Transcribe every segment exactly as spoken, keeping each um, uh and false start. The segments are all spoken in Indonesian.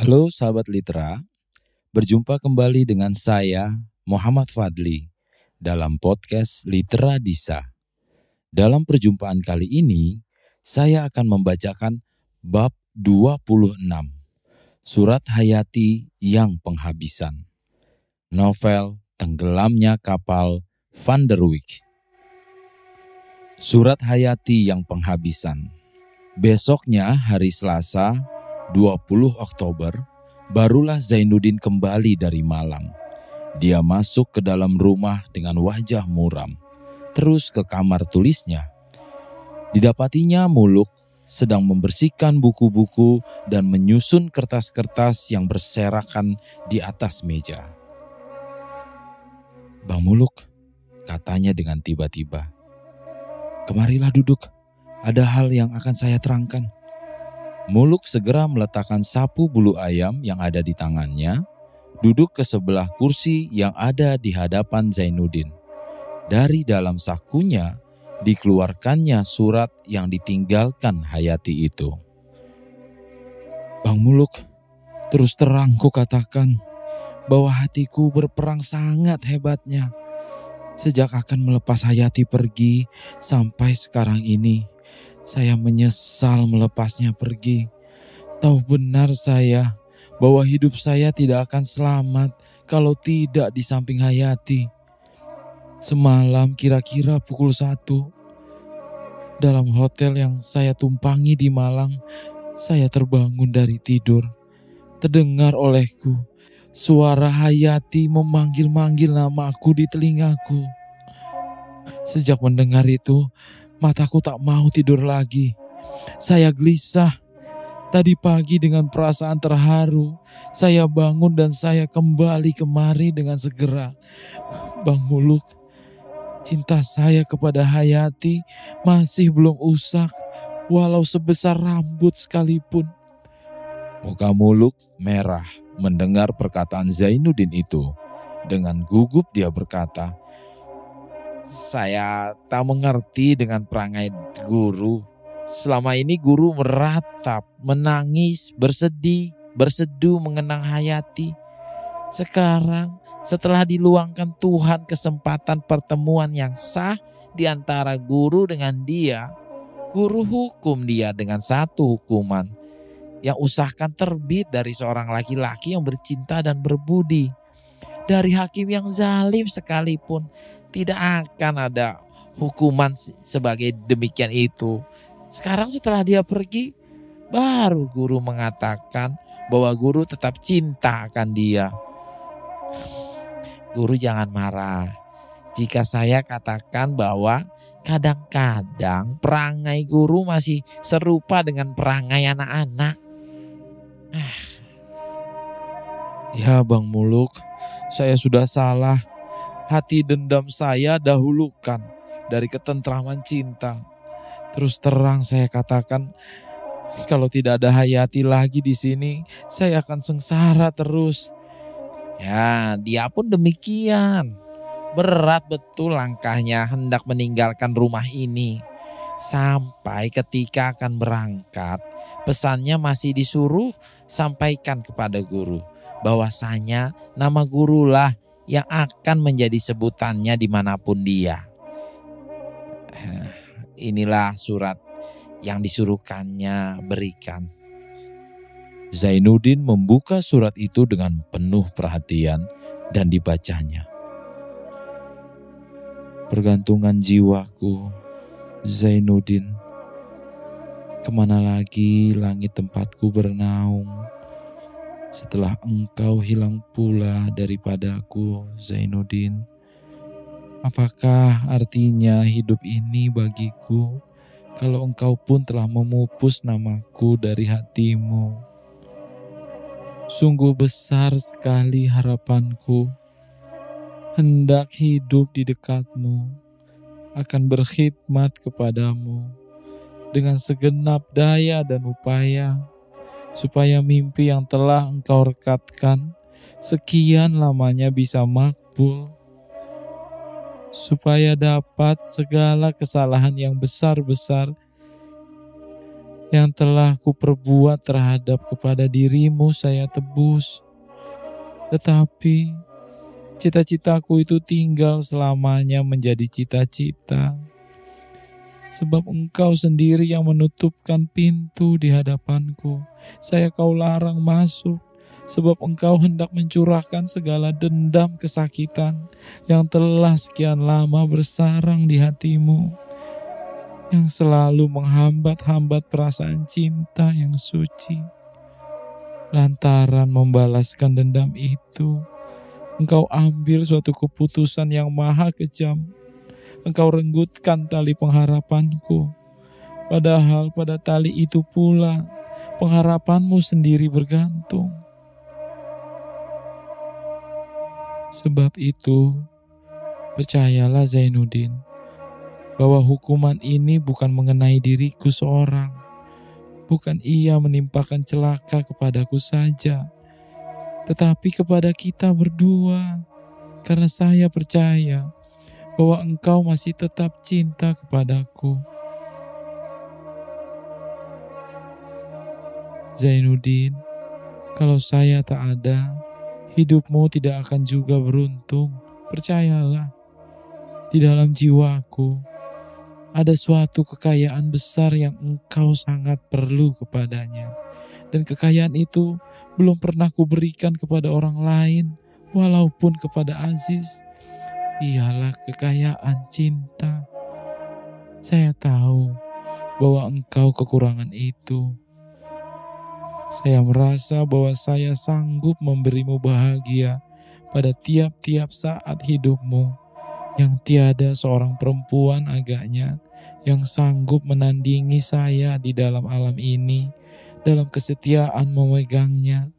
Halo sahabat Litera, berjumpa kembali dengan saya Muhammad Fadli dalam podcast Litera Disa. Dalam perjumpaan kali ini, saya akan membacakan bab dua puluh enam, Surat Hayati yang Penghabisan. Novel Tenggelamnya Kapal Van der Wijk. Surat Hayati yang Penghabisan. Besoknya hari Selasa, dua puluh Oktober, barulah Zainuddin kembali dari Malang. Dia masuk ke dalam rumah dengan wajah muram, terus ke kamar tulisnya. Didapatinya Muluk sedang membersihkan buku-buku dan menyusun kertas-kertas yang berserakan di atas meja. "Bang Muluk," katanya dengan tiba-tiba, "kemarilah duduk, ada hal yang akan saya terangkan." Muluk segera meletakkan sapu bulu ayam yang ada di tangannya, duduk ke sebelah kursi yang ada di hadapan Zainuddin. Dari dalam sakunya dikeluarkannya surat yang ditinggalkan Hayati itu. "Bang Muluk, terus terang ku katakan bahwa hatiku berperang sangat hebatnya. Sejak akan melepas Hayati pergi sampai sekarang ini, saya menyesal melepasnya pergi. Tahu benar saya bahwa hidup saya tidak akan selamat kalau tidak di samping Hayati. Semalam kira-kira pukul satu, dalam hotel yang saya tumpangi di Malang, saya terbangun dari tidur. Terdengar olehku suara Hayati memanggil-manggil namaku di telingaku. Sejak mendengar itu, mataku tak mau tidur lagi. Saya gelisah. Tadi pagi dengan perasaan terharu, saya bangun dan saya kembali kemari dengan segera. Bang Muluk, cinta saya kepada Hayati masih belum usang, walau sebesar rambut sekalipun." Muka Muluk merah mendengar perkataan Zainuddin itu. Dengan gugup dia berkata, "Saya tak mengerti dengan perangai guru. Selama ini guru meratap, menangis, bersedih, berseduh mengenang Hayati. Sekarang setelah diluangkan Tuhan kesempatan pertemuan yang sah di antara guru dengan dia, guru hukum dia dengan satu hukuman yang usahkan terbit dari seorang laki-laki yang bercinta dan berbudi. Dari hakim yang zalim sekalipun tidak akan ada hukuman sebagai demikian itu. Sekarang setelah dia pergi, baru guru mengatakan bahwa guru tetap cinta akan dia. Guru jangan marah jika saya katakan bahwa kadang-kadang perangai guru masih serupa dengan perangai anak-anak." "Ya Bang Muluk, saya sudah salah. Hati dendam saya dahulukan dari ketentraman cinta. Terus terang saya katakan, kalau tidak ada Hayati lagi di sini, saya akan sengsara terus." "Ya, dia pun demikian. Berat betul langkahnya hendak meninggalkan rumah ini. Sampai ketika akan berangkat, pesannya masih disuruh sampaikan kepada guru bahwasanya nama gurulah yang akan menjadi sebutannya dimanapun dia." Inilah surat yang disuruhkannya berikan. Zainuddin membuka surat itu dengan penuh perhatian dan dibacanya. "Pergantungan jiwaku, Zainuddin. Kemana lagi langit tempatku bernaung setelah engkau hilang pula daripadaku, Zainuddin? Apakah artinya hidup ini bagiku kalau engkau pun telah memupus namaku dari hatimu? Sungguh besar sekali harapanku, hendak hidup di dekatmu, akan berkhidmat kepadamu dengan segenap daya dan upaya, supaya mimpi yang telah engkau rekatkan sekian lamanya bisa makbul, supaya dapat segala kesalahan yang besar-besar Yang telah kuperbuat terhadap kepada dirimu saya tebus. Tetapi cita-citaku itu tinggal selamanya menjadi cita-cita. Sebab engkau sendiri yang menutupkan pintu di hadapanku. Saya kau larang masuk. Sebab engkau hendak mencurahkan segala dendam kesakitan yang telah sekian lama bersarang di hatimu. Yang selalu menghambat-hambat perasaan cinta yang suci. Lantaran membalaskan dendam itu, engkau ambil suatu keputusan yang maha kejam. Engkau renggutkan tali pengharapanku. Padahal pada tali itu pula pengharapanmu sendiri bergantung. Sebab itu, percayalah Zainuddin, bahwa hukuman ini bukan mengenai diriku seorang. Bukan ia menimpakan celaka kepadaku saja, tetapi kepada kita berdua. Karena saya percaya bahwa engkau masih tetap cinta kepadaku. Zainuddin, kalau saya tak ada, hidupmu tidak akan juga beruntung. Percayalah, di dalam jiwaku ada suatu kekayaan besar yang engkau sangat perlu kepadanya. Dan kekayaan itu belum pernah kuberikan kepada orang lain, walaupun kepada Aziz. Ialah kekayaan cinta. Saya tahu bahwa engkau kekurangan itu. Saya merasa bahwa saya sanggup memberimu bahagia pada tiap-tiap saat hidupmu, yang tiada seorang perempuan agaknya yang sanggup menandingi saya di dalam alam ini, dalam kesetiaan memegangnya.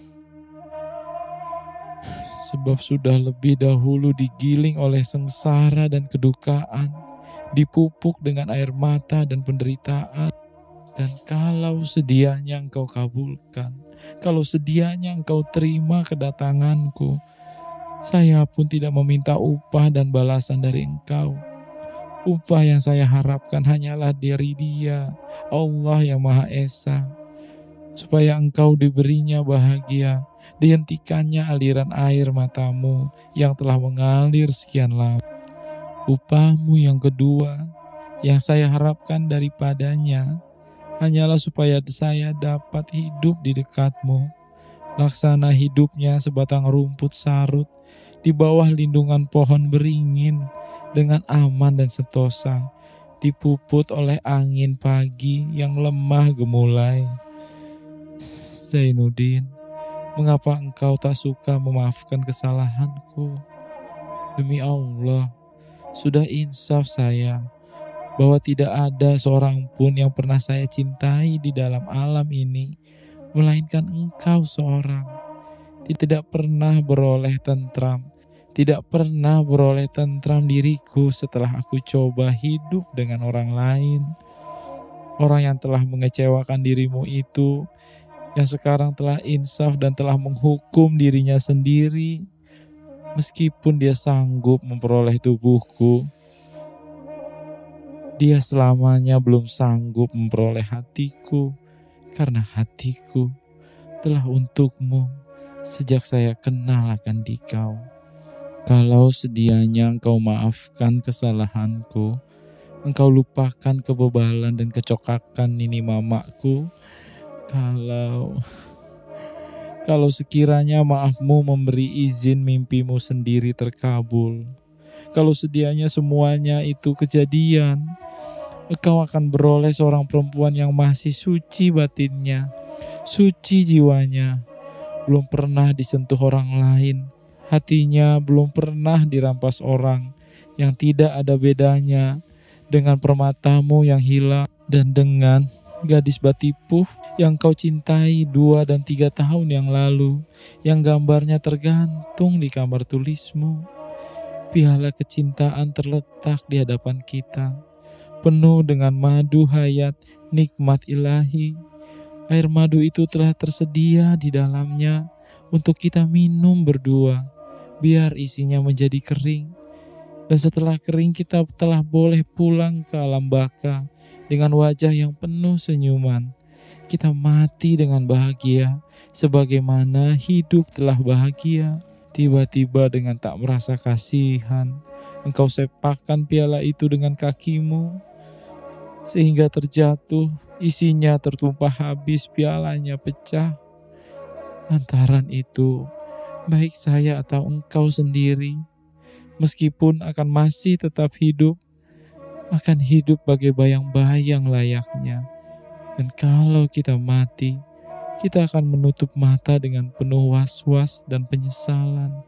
Sebab sudah lebih dahulu digiling oleh sengsara dan kedukaan, dipupuk dengan air mata dan penderitaan. Dan kalau sedianya engkau kabulkan, kalau sedianya engkau terima kedatanganku, saya pun tidak meminta upah dan balasan dari engkau. Upah yang saya harapkan hanyalah dari Dia, Allah yang Maha Esa, supaya engkau diberinya bahagia, dihentikannya aliran air matamu yang telah mengalir sekian lama. Upahmu yang kedua yang saya harapkan daripadanya hanyalah supaya saya dapat hidup di dekatmu, laksana hidupnya sebatang rumput sarut di bawah lindungan pohon beringin, dengan aman dan sentosa, dipuput oleh angin pagi yang lemah gemulai. Zainuddin, mengapa engkau tak suka memaafkan kesalahanku? Demi Allah, sudah insaf saya bahwa tidak ada seorang pun yang pernah saya cintai di dalam alam ini, melainkan engkau seorang. Tidak pernah beroleh tentram, tidak pernah beroleh tentram diriku setelah aku coba hidup dengan orang lain. Orang yang telah mengecewakan dirimu itu, yang sekarang telah insaf dan telah menghukum dirinya sendiri, meskipun dia sanggup memperoleh tubuhku, dia selamanya belum sanggup memperoleh hatiku, karena hatiku telah untukmu sejak saya kenal akan dikau. Kalau sedianya engkau maafkan kesalahanku, engkau lupakan kebebalan dan kecokakan nini mamaku, kalau kalau sekiranya maafmu memberi izin mimpimu sendiri terkabul, kalau sedianya semuanya itu kejadian, engkau akan beroleh seorang perempuan yang masih suci batinnya, suci jiwanya, belum pernah disentuh orang lain, hatinya belum pernah dirampas orang, yang tidak ada bedanya dengan permatamu yang hilang dan dengan gadis batipuh yang kau cintai dua dan tiga tahun yang lalu, yang gambarnya tergantung di kamar tulismu. Piala kecintaan terletak di hadapan kita, penuh dengan madu hayat, nikmat ilahi. Air madu itu telah tersedia di dalamnya untuk kita minum berdua, biar isinya menjadi kering. Dan setelah kering kita telah boleh pulang ke alam baka dengan wajah yang penuh senyuman. Kita mati dengan bahagia sebagaimana hidup telah bahagia. Tiba-tiba dengan tak merasa kasihan, engkau sepakkan piala itu dengan kakimu sehingga terjatuh, isinya tertumpah habis, pialanya pecah. Lantaran itu, baik saya atau engkau sendiri, meskipun akan masih tetap hidup, akan hidup bagai bayang-bayang layaknya. Dan kalau kita mati, kita akan menutup mata dengan penuh was-was dan penyesalan.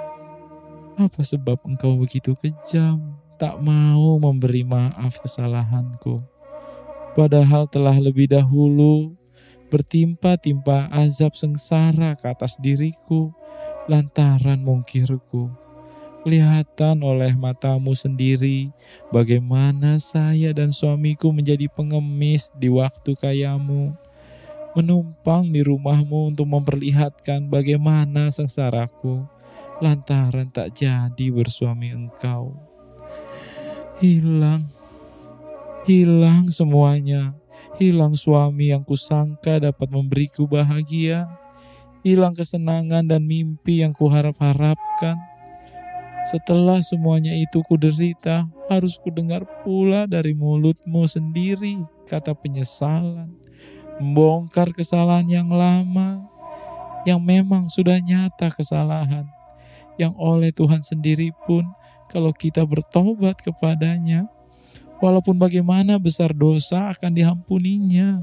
Apa sebab engkau begitu kejam, tak mau memberi maaf kesalahanku? Padahal telah lebih dahulu bertimpa-timpa azab sengsara ke atas diriku lantaran mungkirku. Kelihatan oleh matamu sendiri bagaimana saya dan suamiku menjadi pengemis di waktu kayamu, menumpang di rumahmu untuk memperlihatkan bagaimana sengsaraku lantaran tak jadi bersuami engkau. Hilang, hilang semuanya. Hilang suami yang kusangka dapat memberiku bahagia. Hilang kesenangan dan mimpi yang kuharap-harapkan. Setelah semuanya itu kuderita, harus kudengar pula dari mulutmu sendiri kata penyesalan, membongkar kesalahan yang lama, yang memang sudah nyata kesalahan, yang oleh Tuhan sendiri pun kalau kita bertobat kepadanya, walaupun bagaimana besar dosa akan diampuninya.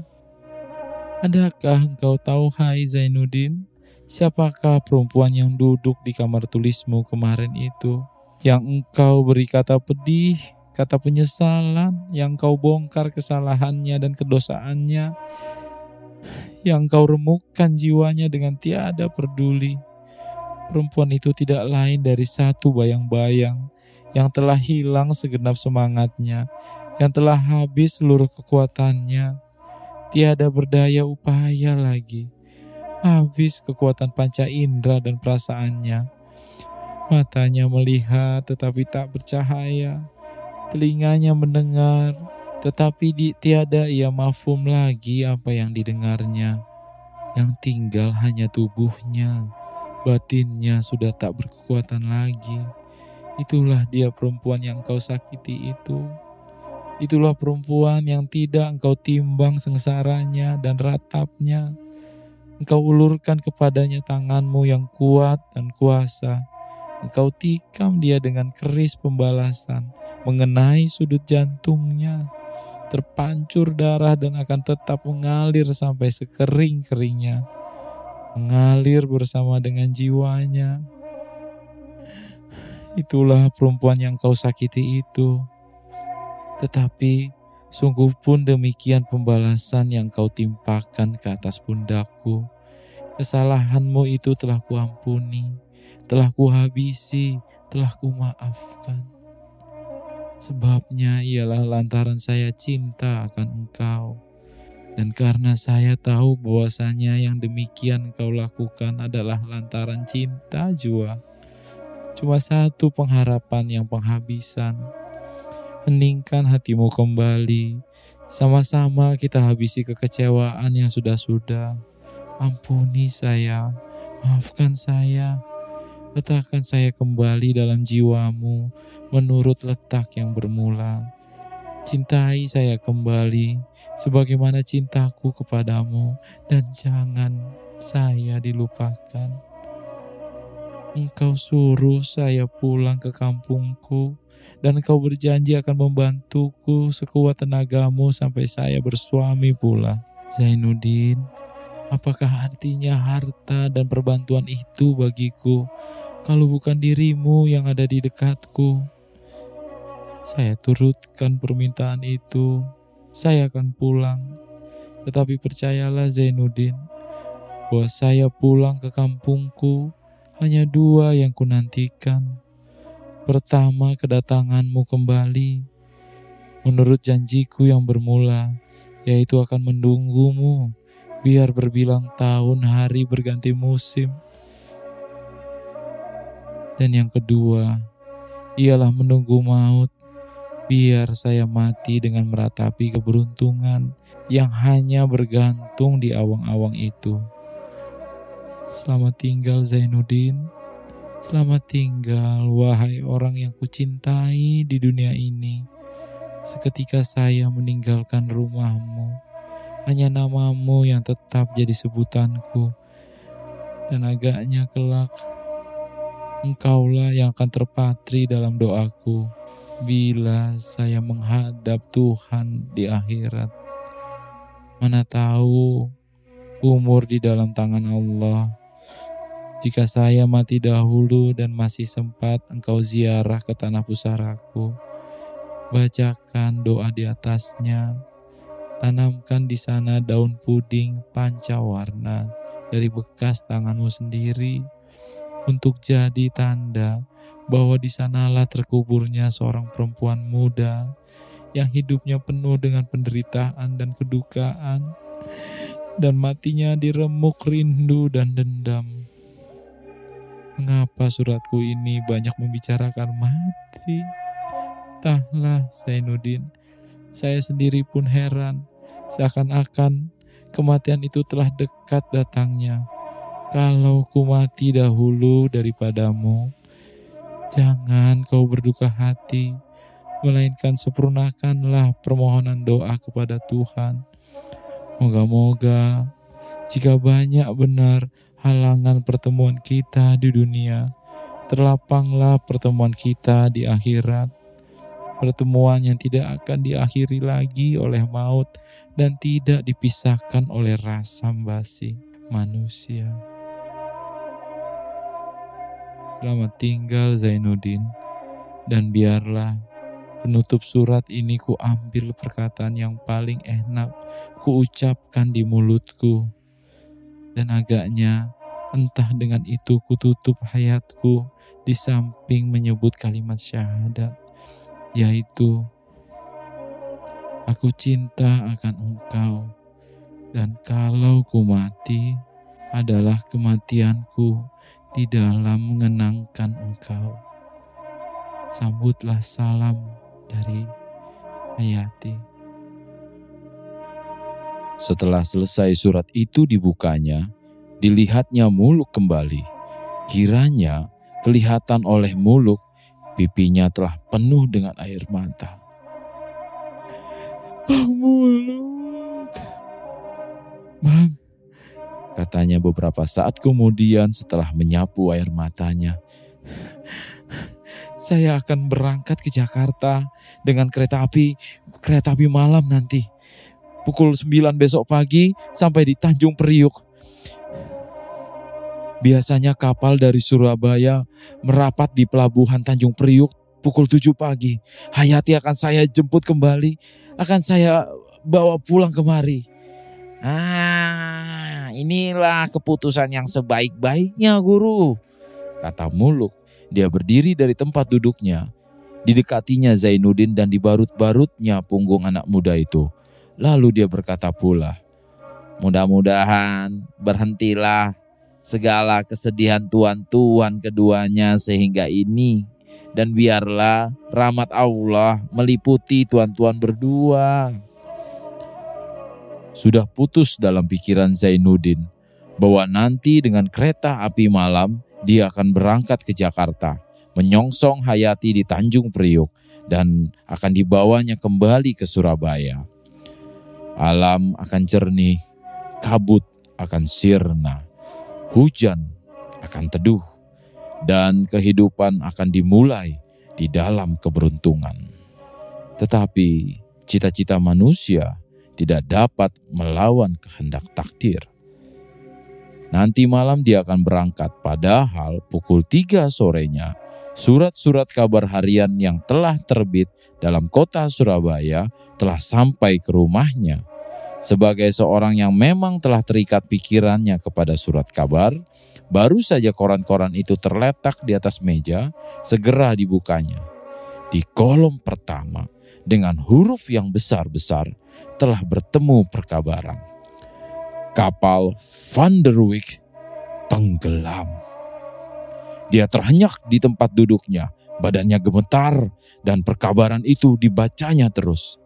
Adakah engkau tahu, hai Zainuddin, siapakah perempuan yang duduk di kamar tulismu kemarin itu? Yang engkau beri kata pedih, kata penyesalan, yang engkau bongkar kesalahannya dan kedosaannya, yang engkau remukkan jiwanya dengan tiada peduli. Perempuan itu tidak lain dari satu bayang-bayang yang telah hilang segenap semangatnya, yang telah habis seluruh kekuatannya, tiada berdaya upaya lagi, habis kekuatan panca indera dan perasaannya. Matanya melihat tetapi tak bercahaya, telinganya mendengar tetapi di, tiada ia mafhum lagi apa yang didengarnya. Yang tinggal hanya tubuhnya, batinnya sudah tak berkekuatan lagi. Itulah dia perempuan yang kau sakiti itu. Itulah perempuan yang tidak engkau timbang sengsaranya dan ratapnya. Engkau ulurkan kepadanya tanganmu yang kuat dan kuasa. Engkau tikam dia dengan keris pembalasan, mengenai sudut jantungnya. Terpancur darah dan akan tetap mengalir sampai sekering-keringnya. Mengalir bersama dengan jiwanya. Itulah perempuan yang kau sakiti itu. Tetapi sungguh pun demikian pembalasan yang kau timpakan ke atas pundakku. Kesalahanmu itu telah kuampuni, telah kuhabisi, telah kumaafkan. Sebabnya ialah lantaran saya cinta akan engkau. Dan karena saya tahu bahwasanya yang demikian engkau lakukan adalah lantaran cinta jua. Cuma satu pengharapan yang penghabisan. Heningkan hatimu kembali. Sama-sama kita habisi kekecewaan yang sudah-sudah. Ampuni saya, maafkan saya. Letakkan saya kembali dalam jiwamu menurut letak yang bermula. Cintai saya kembali sebagaimana cintaku kepadamu dan jangan saya dilupakan. Engkau suruh saya pulang ke kampungku dan engkau berjanji akan membantuku sekuat tenagamu sampai saya bersuami pula. Zainuddin, apakah artinya harta dan perbantuan itu bagiku kalau bukan dirimu yang ada di dekatku? Saya turutkan permintaan itu. Saya akan pulang. Tetapi percayalah Zainuddin, bahwa saya pulang ke kampungku hanya dua yang kunantikan. Pertama, kedatanganmu kembali. Menurut janjiku yang bermula, yaitu akan menunggumu, biar berbilang tahun hari berganti musim. Dan yang kedua, ialah menunggu maut. Biar saya mati dengan meratapi keberuntungan yang hanya bergantung di awang-awang itu. Selamat tinggal Zainuddin. Selamat tinggal wahai orang yang kucintai di dunia ini. Seketika saya meninggalkan rumahmu, hanya namamu yang tetap jadi sebutanku. Dan agaknya kelak engkaulah yang akan terpatri dalam doaku bila saya menghadap Tuhan di akhirat. Mana tahu umur di dalam tangan Allah. Jika saya mati dahulu dan masih sempat engkau ziarah ke tanah pusaraku, bacakan doa di atasnya. Tanamkan di sana daun puding pancawarna dari bekas tanganmu sendiri untuk jadi tanda bahwa di sanalah terkuburnya seorang perempuan muda yang hidupnya penuh dengan penderitaan dan kedukaan, dan matinya diremuk rindu dan dendam. Mengapa suratku ini banyak membicarakan mati? Entahlah Zainuddin, saya sendiri pun heran, seakan-akan kematian itu telah dekat datangnya. Kalau ku mati dahulu daripadamu, jangan kau berduka hati, melainkan sempurnakanlah permohonan doa kepada Tuhan. Moga-moga jika banyak benar halangan pertemuan kita di dunia, terlapanglah pertemuan kita di akhirat. Pertemuan yang tidak akan diakhiri lagi oleh maut dan tidak dipisahkan oleh rasa basi manusia. Selamat tinggal Zainuddin, dan biarlah penutup surat ini ku ambil perkataan yang paling enak ku ucapkan di mulutku, dan agaknya entah dengan itu ku tutup hayatku di samping menyebut kalimat syahadat, yaitu aku cinta akan engkau, dan kalau ku mati adalah kematianku di dalam mengenangkan engkau. Sambutlah salam dari Hayati. Setelah selesai surat itu dibukanya, dilihatnya Muluk kembali. Kiranya kelihatan oleh Muluk pipinya telah penuh dengan air mata. Bang Muluk, Bang, katanya beberapa saat kemudian setelah menyapu air matanya. Saya akan berangkat ke Jakarta dengan kereta api, kereta api malam nanti. Pukul sembilan besok pagi sampai di Tanjung Priuk. Biasanya kapal dari Surabaya merapat di pelabuhan Tanjung Priuk pukul tujuh pagi. Hayati akan saya jemput kembali, akan saya bawa pulang kemari. Ah, inilah keputusan yang sebaik-baiknya, Guru, kata Muluk. Dia berdiri dari tempat duduknya. Didekatinya Zainuddin dan dibarut-barutnya punggung anak muda itu. Lalu dia berkata pula, mudah-mudahan berhentilah segala kesedihan tuan-tuan keduanya sehingga ini, dan biarlah rahmat Allah meliputi tuan-tuan berdua. Sudah putus dalam pikiran Zainuddin bahwa nanti dengan kereta api malam dia akan berangkat ke Jakarta, menyongsong Hayati di Tanjung Priuk, dan akan dibawanya kembali ke Surabaya. Alam akan jernih, kabut akan sirna, hujan akan teduh, dan kehidupan akan dimulai di dalam keberuntungan. Tetapi cita-cita manusia tidak dapat melawan kehendak takdir. Nanti malam dia akan berangkat, padahal pukul tiga sorenya surat-surat kabar harian yang telah terbit dalam kota Surabaya telah sampai ke rumahnya. Sebagai seorang yang memang telah terikat pikirannya kepada surat kabar, baru saja koran-koran itu terletak di atas meja, segera dibukanya. Di kolom pertama, dengan huruf yang besar-besar, telah bertemu perkabaran. Kapal Van der Wijk tenggelam. Dia terhenyak di tempat duduknya, Badannya gemetar dan perkabaran itu dibacanya terus.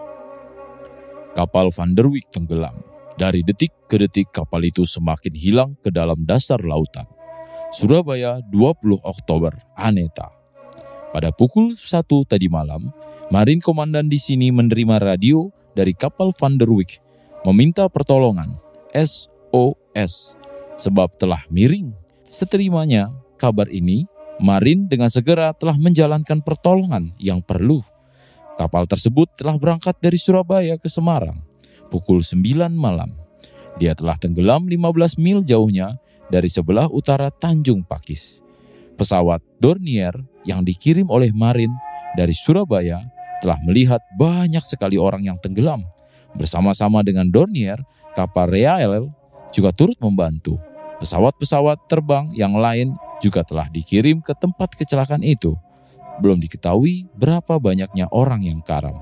Kapal Van der Wijk tenggelam. Dari detik ke detik kapal itu semakin hilang ke dalam dasar lautan. Surabaya, dua puluh Oktober, Aneta. Pada pukul satu tadi malam, Marin Komandan di sini menerima radio dari kapal Van der Wijk meminta pertolongan S O S sebab telah miring. Seterimanya kabar ini, Marin dengan segera telah menjalankan pertolongan yang perlu. Kapal tersebut telah berangkat dari Surabaya ke Semarang pukul sembilan malam. Dia telah tenggelam lima belas mil jauhnya dari sebelah utara Tanjung Pakis. Pesawat Dornier yang dikirim oleh Marin dari Surabaya telah melihat banyak sekali orang yang tenggelam. Bersama-sama dengan Dornier, kapal Real juga turut membantu. Pesawat-pesawat terbang yang lain juga telah dikirim ke tempat kecelakaan itu. Belum diketahui berapa banyaknya orang yang karam.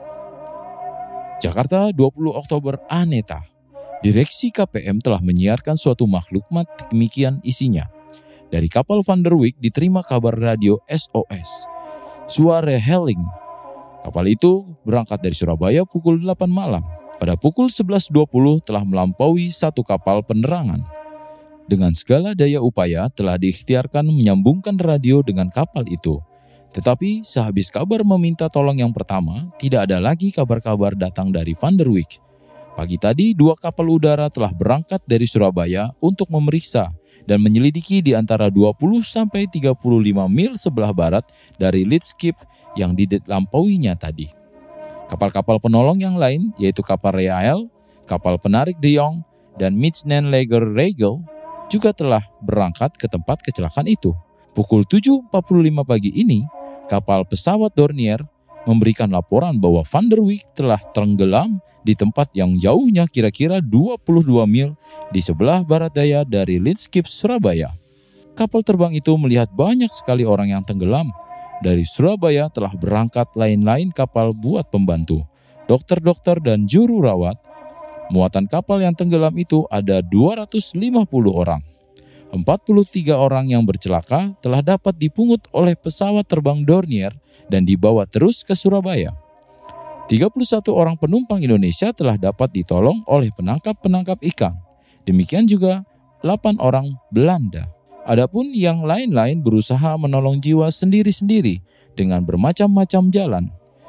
Jakarta, dua puluh Oktober, Aneta. Direksi K P M telah menyiarkan suatu maklumat demikian isinya. Dari kapal Van der Wijk diterima kabar radio S O S. Suara Helling. Kapal itu berangkat dari Surabaya pukul delapan malam. Pada pukul sebelas dua puluh telah melampaui satu kapal penerangan. Dengan segala daya upaya telah diikhtiarkan menyambungkan radio dengan kapal itu. Tetapi sehabis kabar meminta tolong yang pertama, tidak ada lagi kabar-kabar datang dari Van der Wijk. Pagi tadi dua kapal udara telah berangkat dari Surabaya untuk memeriksa dan menyelidiki di antara dua puluh sampai tiga puluh lima mil sebelah barat dari Lidskip yang dilampauinya tadi. Kapal-kapal penolong yang lain yaitu kapal Real, kapal penarik De Jong, dan Mitchnenleger Regel juga telah berangkat ke tempat kecelakaan itu. Pukul tujuh empat puluh lima pagi ini, kapal pesawat Dornier memberikan laporan bahwa Van der Wijk telah tenggelam di tempat yang jauhnya kira-kira dua puluh dua mil di sebelah barat daya dari Lidskip, Surabaya. Kapal terbang itu melihat banyak sekali orang yang tenggelam. Dari Surabaya telah berangkat lain-lain kapal buat pembantu, dokter-dokter dan juru rawat. Muatan kapal yang tenggelam itu ada dua ratus lima puluh orang. empat puluh tiga orang yang bercelaka telah dapat dipungut oleh pesawat terbang Dornier dan dibawa terus ke Surabaya. tiga puluh satu orang penumpang Indonesia telah dapat ditolong oleh penangkap-penangkap ikan. Demikian juga delapan orang Belanda. Adapun yang lain-lain berusaha menolong jiwa sendiri-sendiri dengan bermacam-macam jalan.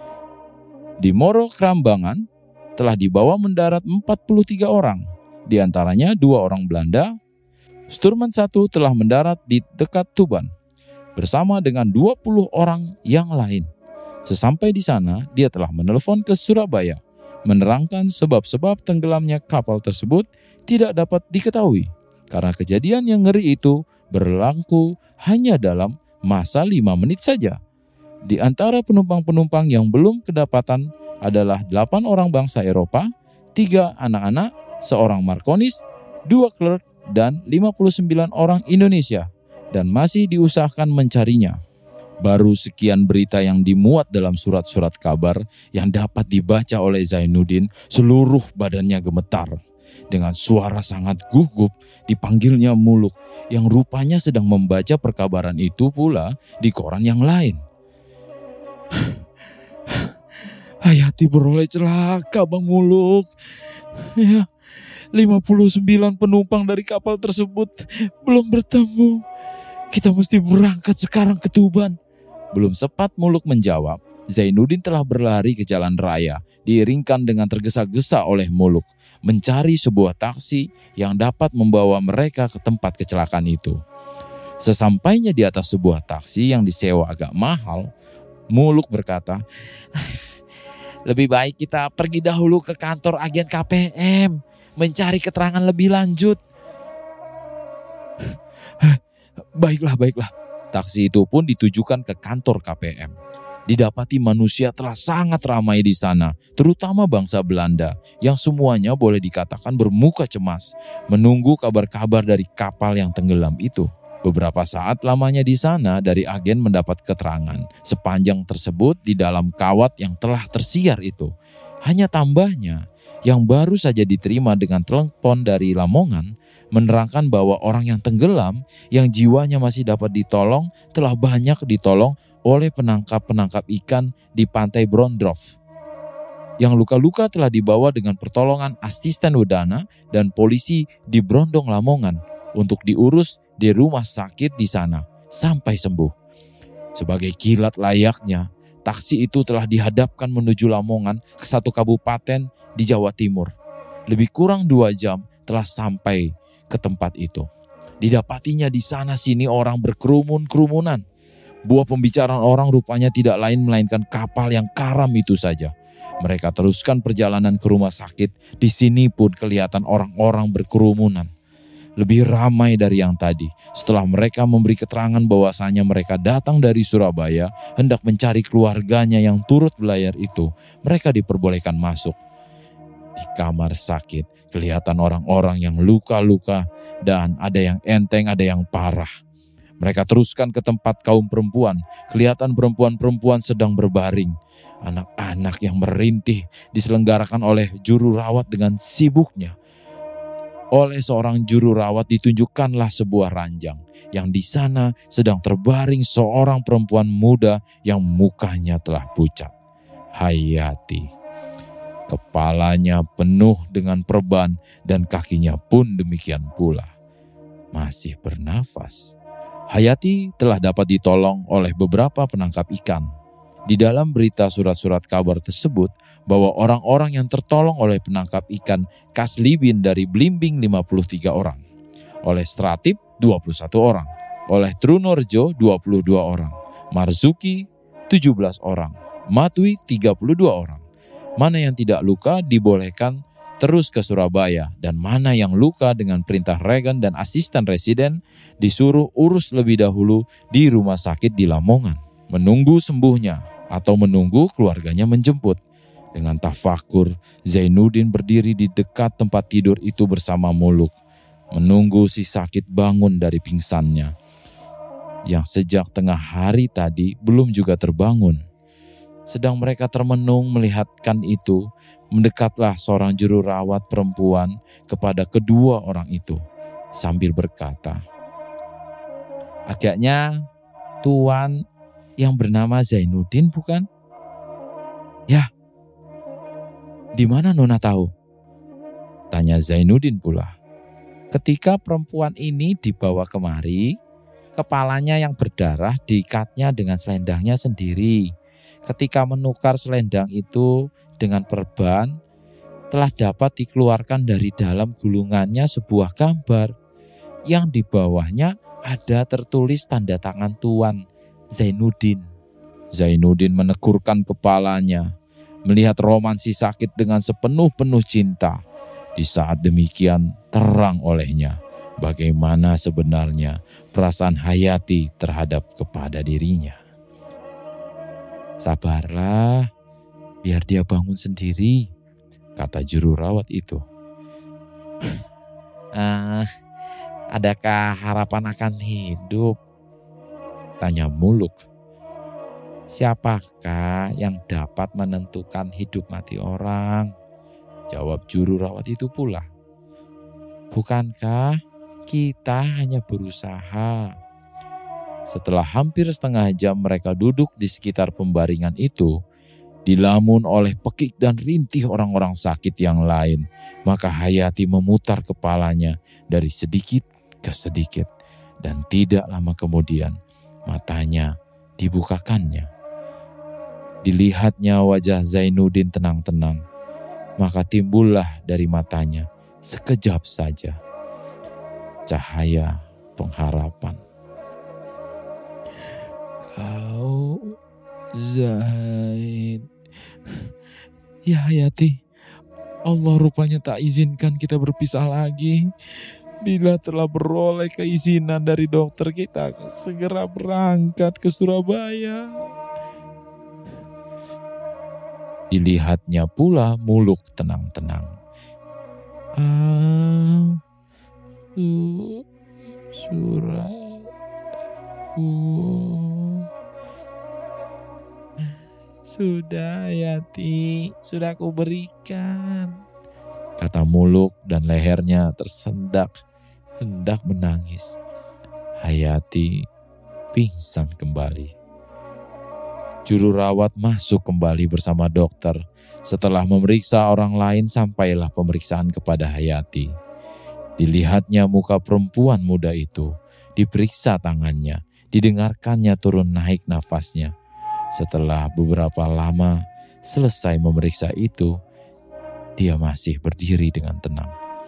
Di Moro Krambangan telah dibawa mendarat empat puluh tiga orang, di antaranya dua orang Belanda. Sturman satu telah mendarat di dekat Tuban bersama dengan dua puluh orang yang lain. Sesampai di sana, dia telah menelepon ke Surabaya, menerangkan sebab-sebab tenggelamnya kapal tersebut tidak dapat diketahui karena kejadian yang ngeri itu berlaku hanya dalam masa lima menit saja. Di antara penumpang-penumpang yang belum kedapatan adalah delapan orang bangsa Eropa, tiga anak-anak, seorang markonis, dua clerk, dan lima puluh sembilan orang Indonesia, dan masih diusahakan mencarinya. Baru sekian berita yang dimuat dalam surat-surat kabar yang dapat dibaca oleh Zainuddin, seluruh badannya gemetar. Dengan suara sangat gugup dipanggilnya Muluk yang rupanya sedang membaca perkabaran itu pula di koran yang lain. Hayati beroleh celaka, Bang Muluk. Ya, lima puluh sembilan penumpang dari kapal tersebut belum bertemu. Kita mesti berangkat sekarang ke Tuban. Belum sempat Muluk menjawab, Zainuddin telah berlari ke jalan raya, diiringkan dengan tergesa-gesa oleh Muluk, mencari sebuah taksi yang dapat membawa mereka ke tempat kecelakaan itu. Sesampainya di atas sebuah taksi yang disewa agak mahal, Muluk berkata, "Lebih baik kita pergi dahulu ke kantor agen K P M, mencari keterangan lebih lanjut." Baiklah, baiklah. Taksi itu pun ditujukan ke kantor K P M. Didapati manusia telah sangat ramai di sana, terutama bangsa Belanda yang semuanya boleh dikatakan bermuka cemas, menunggu kabar-kabar dari kapal yang tenggelam itu. Beberapa saat lamanya di sana dari agen mendapat keterangan sepanjang tersebut di dalam kawat yang telah tersiar itu. Hanya tambahnya, yang baru saja diterima dengan telepon dari Lamongan, menerangkan bahwa orang yang tenggelam, yang jiwanya masih dapat ditolong, telah banyak ditolong oleh penangkap-penangkap ikan di pantai Brondorf. Yang luka-luka telah dibawa dengan pertolongan asisten udana dan polisi di Brondong Lamongan untuk diurus di rumah sakit di sana sampai sembuh. Sebagai kilat layaknya, taksi itu telah dihadapkan menuju Lamongan ke satu kabupaten di Jawa Timur. Lebih kurang dua jam telah sampai ke tempat itu. Didapatinya di sana sini orang berkerumun-kerumunan. Buah pembicaraan orang rupanya tidak lain melainkan kapal yang karam itu saja. Mereka teruskan perjalanan ke rumah sakit. Di sini pun kelihatan orang-orang berkerumunan. Lebih ramai dari yang tadi. Setelah mereka memberi keterangan bahwasanya mereka datang dari Surabaya, hendak mencari keluarganya yang turut belayar itu, mereka diperbolehkan masuk. Di kamar sakit, kelihatan orang-orang yang luka-luka dan ada yang enteng, ada yang parah. Mereka teruskan ke tempat kaum perempuan. Kelihatan perempuan-perempuan sedang berbaring. Anak-anak yang merintih diselenggarakan oleh juru rawat dengan sibuknya. Oleh seorang juru rawat ditunjukkanlah sebuah ranjang. Yang di sana sedang terbaring seorang perempuan muda yang mukanya telah pucat. Hayati. Kepalanya penuh dengan perban dan kakinya pun demikian pula. Masih bernafas. Hayati telah dapat ditolong oleh beberapa penangkap ikan. Di dalam berita surat-surat kabar tersebut bahwa orang-orang yang tertolong oleh penangkap ikan Kaslibin dari Blimbing lima puluh tiga orang, oleh Stratip dua puluh satu orang, oleh Trunorjo dua puluh dua orang, Marzuki tujuh belas orang, Matui tiga puluh dua orang. Mana yang tidak luka dibolehkan terus ke Surabaya dan mana yang luka dengan perintah Regen dan asisten residen disuruh urus lebih dahulu di rumah sakit di Lamongan. Menunggu sembuhnya atau menunggu keluarganya menjemput. Dengan tafakur, Zainuddin berdiri di dekat tempat tidur itu bersama Muluk. Menunggu si sakit bangun dari pingsannya. Yang sejak tengah hari tadi belum juga terbangun. Sedang mereka termenung melihatkan itu, mendekatlah seorang juru rawat perempuan kepada kedua orang itu sambil berkata, "Agaknya Tuan yang bernama Zainuddin bukan?" "Ya, di mana Nona tahu?" tanya Zainuddin pula. "Ketika perempuan ini dibawa kemari, kepalanya yang berdarah diikatnya dengan selendangnya sendiri. Ketika menukar selendang itu dengan perban, telah dapat dikeluarkan dari dalam gulungannya sebuah gambar yang di bawahnya ada tertulis tanda tangan Tuan Zainuddin." Zainuddin menekurkan kepalanya, melihat roman si sakit dengan sepenuh-penuh cinta. Di saat demikian terang olehnya bagaimana sebenarnya perasaan Hayati terhadap kepada dirinya. "Sabarlah, biar dia bangun sendiri," kata juru rawat itu. "Ah, adakah harapan akan hidup?" tanya Muluk. "Siapakah yang dapat menentukan hidup mati orang?" jawab juru rawat itu pula. "Bukankah kita hanya berusaha?" Setelah hampir setengah jam mereka duduk di sekitar pembaringan itu, dilamun oleh pekik dan rintih orang-orang sakit yang lain, maka Hayati memutar kepalanya dari sedikit ke sedikit, dan tidak lama kemudian matanya dibukakannya. Dilihatnya wajah Zainuddin tenang-tenang, maka timbullah dari matanya sekejap saja cahaya pengharapan. "Kau Zain." "Ya Hayati, Allah rupanya tak izinkan kita berpisah lagi. Bila telah beroleh keizinan dari dokter, kita akan segera berangkat ke Surabaya." Dilihatnya pula Muluk tenang-tenang. "Ah, su, suratku sudah Hayati, sudah aku berikan," kata Muluk dan lehernya tersendak hendak menangis. Hayati pingsan kembali. Juru rawat masuk kembali bersama dokter. Setelah memeriksa orang lain, sampailah pemeriksaan kepada Hayati. Dilihatnya muka perempuan muda itu, diperiksa tangannya, didengarkannya turun naik nafasnya. Setelah beberapa lama selesai memeriksa itu, dia masih berdiri dengan tenang.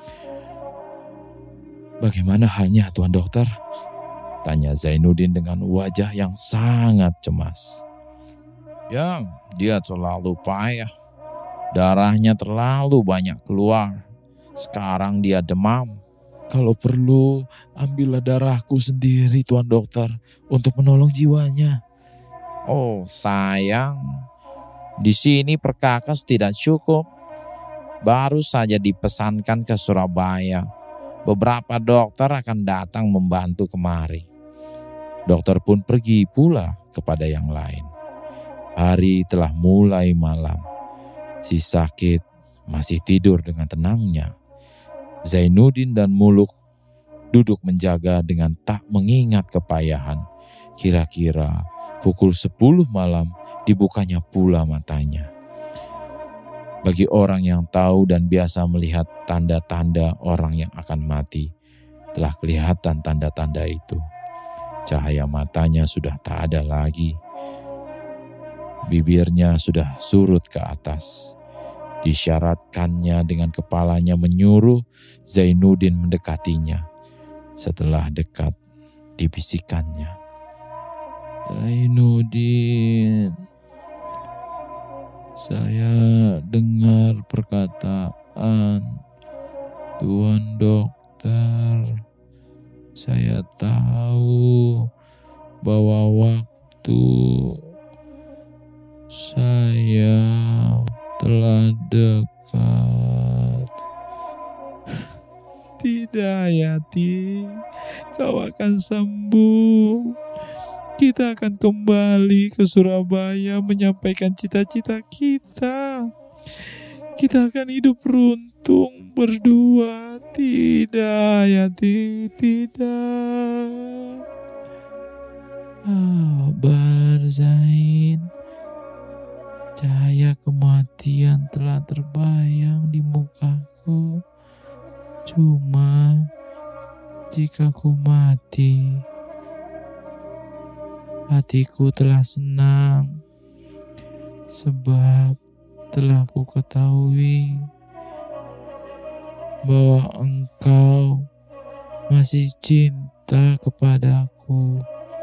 "Bagaimana halnya, Tuan Dokter?" tanya Zainuddin dengan wajah yang sangat cemas. Ya, dia terlalu payah. Darahnya terlalu banyak keluar. Sekarang dia demam. "Kalau perlu, ambillah darahku sendiri, Tuan Dokter, untuk menolong jiwanya." Oh sayang, di sini perkakas tidak cukup. Baru saja dipesankan ke Surabaya. Beberapa dokter akan datang membantu kemari. Dokter pun pergi pula kepada yang lain. Hari telah mulai malam. Si sakit masih tidur dengan tenangnya. Zainuddin dan Muluk duduk menjaga dengan tak mengingat kepayahan. Kira-kira pukul sepuluh malam dibukanya pula matanya. Bagi orang yang tahu dan biasa melihat tanda-tanda orang yang akan mati, telah kelihatan tanda-tanda itu. Cahaya matanya sudah tak ada lagi. Bibirnya sudah surut ke atas. Disyaratkannya dengan kepalanya menyuruh Zainuddin mendekatinya. Setelah dekat, dibisikannya, "Zainuddin, saya dengar perkataan Tuan Dokter. Saya tahu bahwa waktu saya telah dekat." "Tidak, Hayati, kau akan sembuh. Kita akan kembali ke Surabaya menyampaikan cita-cita kita. Kita akan hidup beruntung berdua." "Tidak, Hayati, tidak." "Sabar, Zain. Cahaya kematian telah terbayang di mukaku. Cuma jika ku mati, hatiku telah senang, sebab telah ku ketahui bahwa engkau masih cinta kepadaku.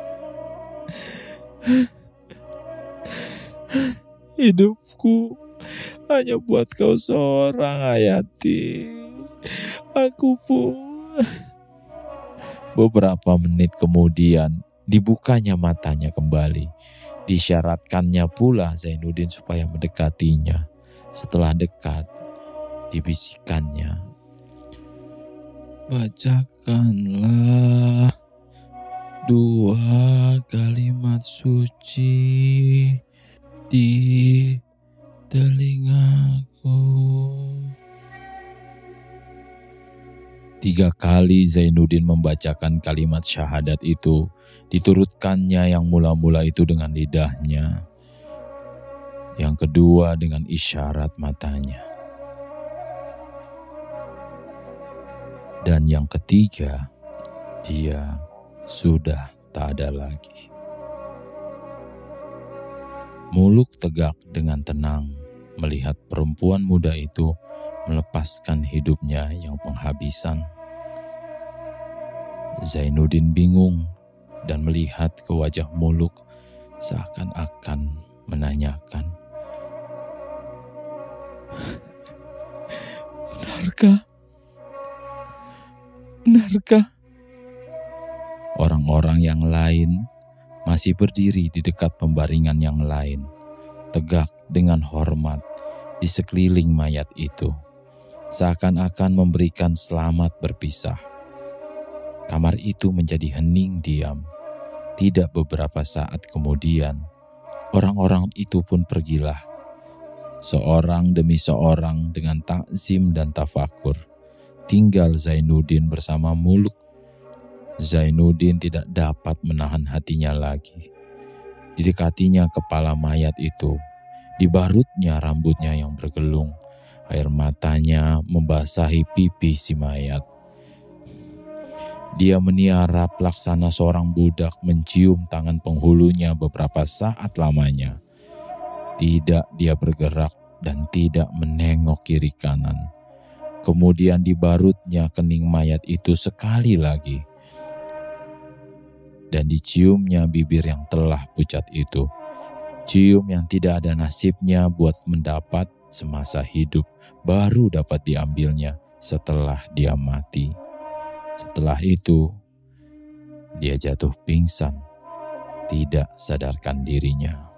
Hidupku hanya buat kau seorang, Hayati. Aku pun..." Beberapa menit kemudian dibukanya matanya kembali. Disyaratkannya pula Zainuddin supaya mendekatinya. Setelah dekat, dibisikannya, "Bacakanlah dua kalimat suci di telingaku." Tiga kali Zainuddin membacakan kalimat syahadat itu, diturutkannya yang mula-mula itu dengan lidahnya, yang kedua dengan isyarat matanya, dan yang ketiga, dia sudah tak ada lagi. Muluk tegak dengan tenang melihat perempuan muda itu melepaskan hidupnya yang penghabisan. Zainuddin bingung dan melihat ke wajah Muluk seakan-akan menanyakan, "Benarkah? Benarkah?" Orang-orang yang lain masih berdiri di dekat pembaringan yang lain, tegak dengan hormat di sekeliling mayat itu, seakan-akan memberikan selamat berpisah. Kamar itu menjadi hening diam. Tidak beberapa saat kemudian, orang-orang itu pun pergilah. Seorang demi seorang dengan takzim dan tafakur. Tinggal Zainuddin bersama Muluk. Zainuddin tidak dapat menahan hatinya lagi. Didekatinya kepala mayat itu, dibarutnya rambutnya yang bergelung, air matanya membasahi pipi si mayat. Dia meniara pelaksana seorang budak mencium tangan penghulunya beberapa saat lamanya. Tidak dia bergerak dan tidak menengok kiri kanan. Kemudian dibarutnya kening mayat itu sekali lagi. Dan diciumnya bibir yang telah pucat itu. Cium yang tidak ada nasibnya buat mendapat semasa hidup, baru dapat diambilnya setelah dia mati. Setelah itu, dia jatuh pingsan, tidak sadarkan dirinya.